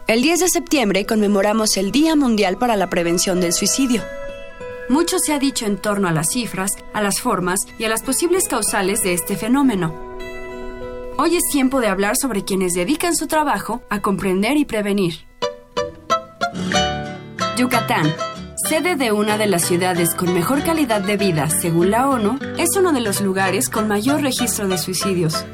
El 10 de septiembre conmemoramos el Día Mundial para la Prevención del Suicidio. Mucho se ha dicho en torno a las cifras, a las formas y a las posibles causales de este fenómeno. Hoy es tiempo de hablar sobre quienes dedican su trabajo a comprender y prevenir. Yucatán, sede de una de las ciudades con mejor calidad de vida según la ONU, es uno de los lugares con mayor registro de suicidios.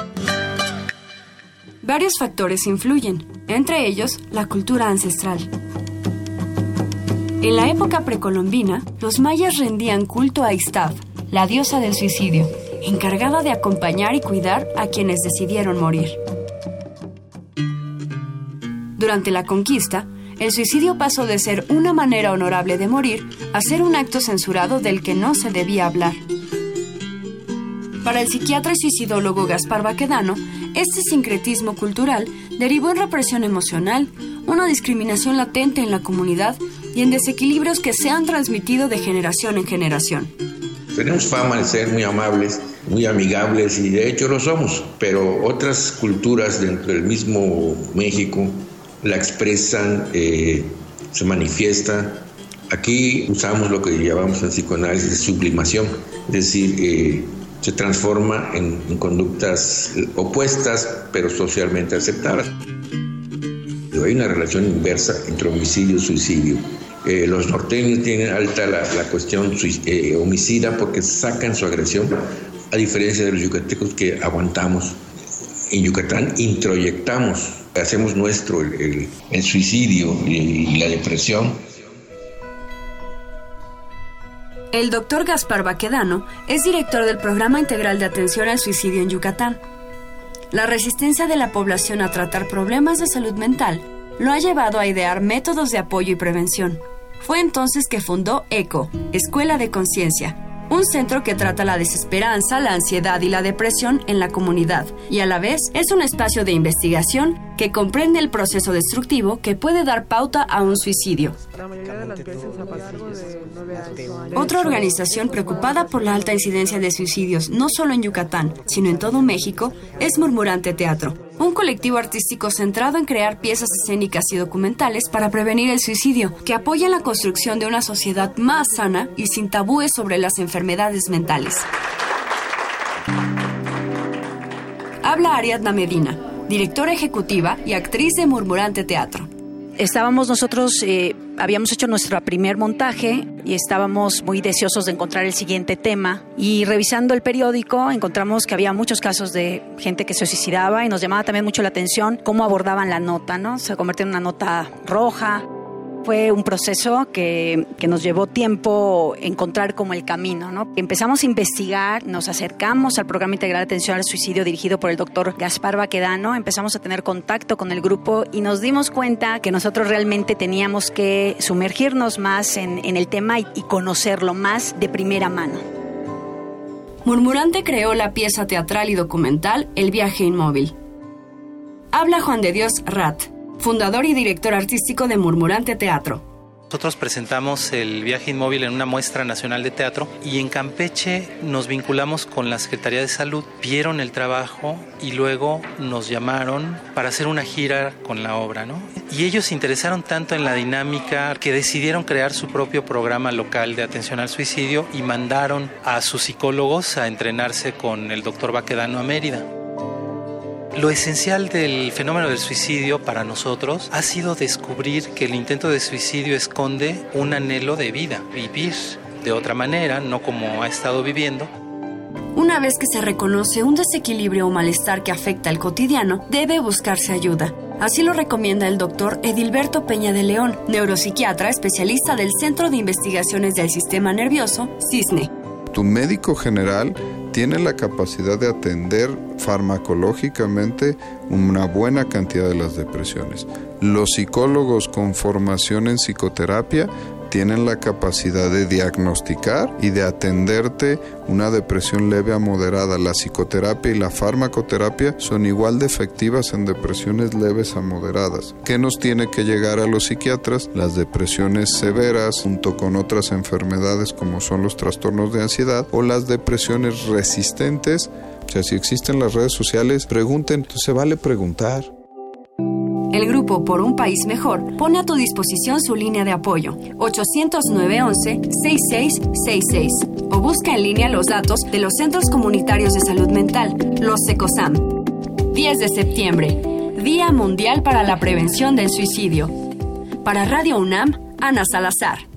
Varios factores influyen, entre ellos la cultura ancestral. En la época precolombina, los mayas rendían culto a Ixtaf, la diosa del suicidio, encargada de acompañar y cuidar a quienes decidieron morir. Durante la conquista, el suicidio pasó de ser una manera honorable de morir a ser un acto censurado del que no se debía hablar. Para el psiquiatra y suicidólogo Gaspar Baquedano, este sincretismo cultural derivó en represión emocional, una discriminación latente en la comunidad y en desequilibrios que se han transmitido de generación en generación. Tenemos fama de ser muy amables, muy amigables y de hecho lo somos, pero otras culturas dentro del mismo México la expresan, se manifiesta. Aquí usamos lo que llamamos en psicoanálisis de sublimación, es decir, se transforma en conductas opuestas, pero socialmente aceptadas. Hay una relación inversa entre homicidio y suicidio. Los norteños tienen alta la cuestión homicida porque sacan su agresión, a diferencia de los yucatecos que aguantamos. En Yucatán introyectamos, hacemos nuestro el suicidio y la depresión. El doctor Gaspar Baquedano es director del Programa Integral de Atención al Suicidio en Yucatán. La resistencia de la población a tratar problemas de salud mental lo ha llevado a idear métodos de apoyo y prevención. Fue entonces que fundó ECO, Escuela de Conciencia, un centro que trata la desesperanza, la ansiedad y la depresión en la comunidad, y a la vez es un espacio de investigación que comprende el proceso destructivo que puede dar pauta a un suicidio. Otra organización preocupada por la alta incidencia de suicidios, no solo en Yucatán, sino en todo México, es Murmurante Teatro, un colectivo artístico centrado en crear piezas escénicas y documentales para prevenir el suicidio, que apoya la construcción de una sociedad más sana y sin tabúes sobre las enfermedades mentales. Habla Ariadna Medina, directora ejecutiva y actriz de Murmurante Teatro. Estábamos nosotros, habíamos hecho nuestro primer montaje y estábamos muy deseosos de encontrar el siguiente tema, y revisando el periódico encontramos que había muchos casos de gente que se suicidaba y nos llamaba también mucho la atención cómo abordaban la nota, ¿no? Se convirtió en una nota roja. Fue un proceso que nos llevó tiempo encontrar como el camino, ¿no? Empezamos a investigar, nos acercamos al Programa Integral de Atención al Suicidio dirigido por el doctor Gaspar Baquedano, empezamos a tener contacto con el grupo y nos dimos cuenta que nosotros realmente teníamos que sumergirnos más en el tema y conocerlo más de primera mano. Murmurante creó la pieza teatral y documental El Viaje Inmóvil. Habla Juan de Dios Rat, fundador y director artístico de Murmurante Teatro. Nosotros presentamos El Viaje Inmóvil en una muestra nacional de teatro y en Campeche nos vinculamos con la Secretaría de Salud, vieron el trabajo y luego nos llamaron para hacer una gira con la obra, ¿no? Y ellos se interesaron tanto en la dinámica que decidieron crear su propio programa local de atención al suicidio y mandaron a sus psicólogos a entrenarse con el doctor Baquedano a Mérida. Lo esencial del fenómeno del suicidio para nosotros ha sido descubrir que el intento de suicidio esconde un anhelo de vida, vivir de otra manera, no como ha estado viviendo. Una vez que se reconoce un desequilibrio o malestar que afecta al cotidiano, debe buscarse ayuda. Así lo recomienda el doctor Edilberto Peña de León, neuropsiquiatra especialista del Centro de Investigaciones del Sistema Nervioso, CISNE. Tu médico general tiene la capacidad de atender farmacológicamente una buena cantidad de las depresiones. Los psicólogos con formación en psicoterapia tienen la capacidad de diagnosticar y de atenderte una depresión leve a moderada. La psicoterapia y la farmacoterapia son igual de efectivas en depresiones leves a moderadas. ¿Qué nos tiene que llegar a los psiquiatras? Las depresiones severas, junto con otras enfermedades como son los trastornos de ansiedad o las depresiones resistentes. O sea, si existen las redes sociales, pregunten, se vale preguntar. El grupo Por un País Mejor pone a tu disposición su línea de apoyo, 800-911-6666, o busca en línea los datos de los Centros Comunitarios de Salud Mental, los CECOSAM. 10 de septiembre, Día Mundial para la Prevención del Suicidio. Para Radio UNAM, Ana Salazar.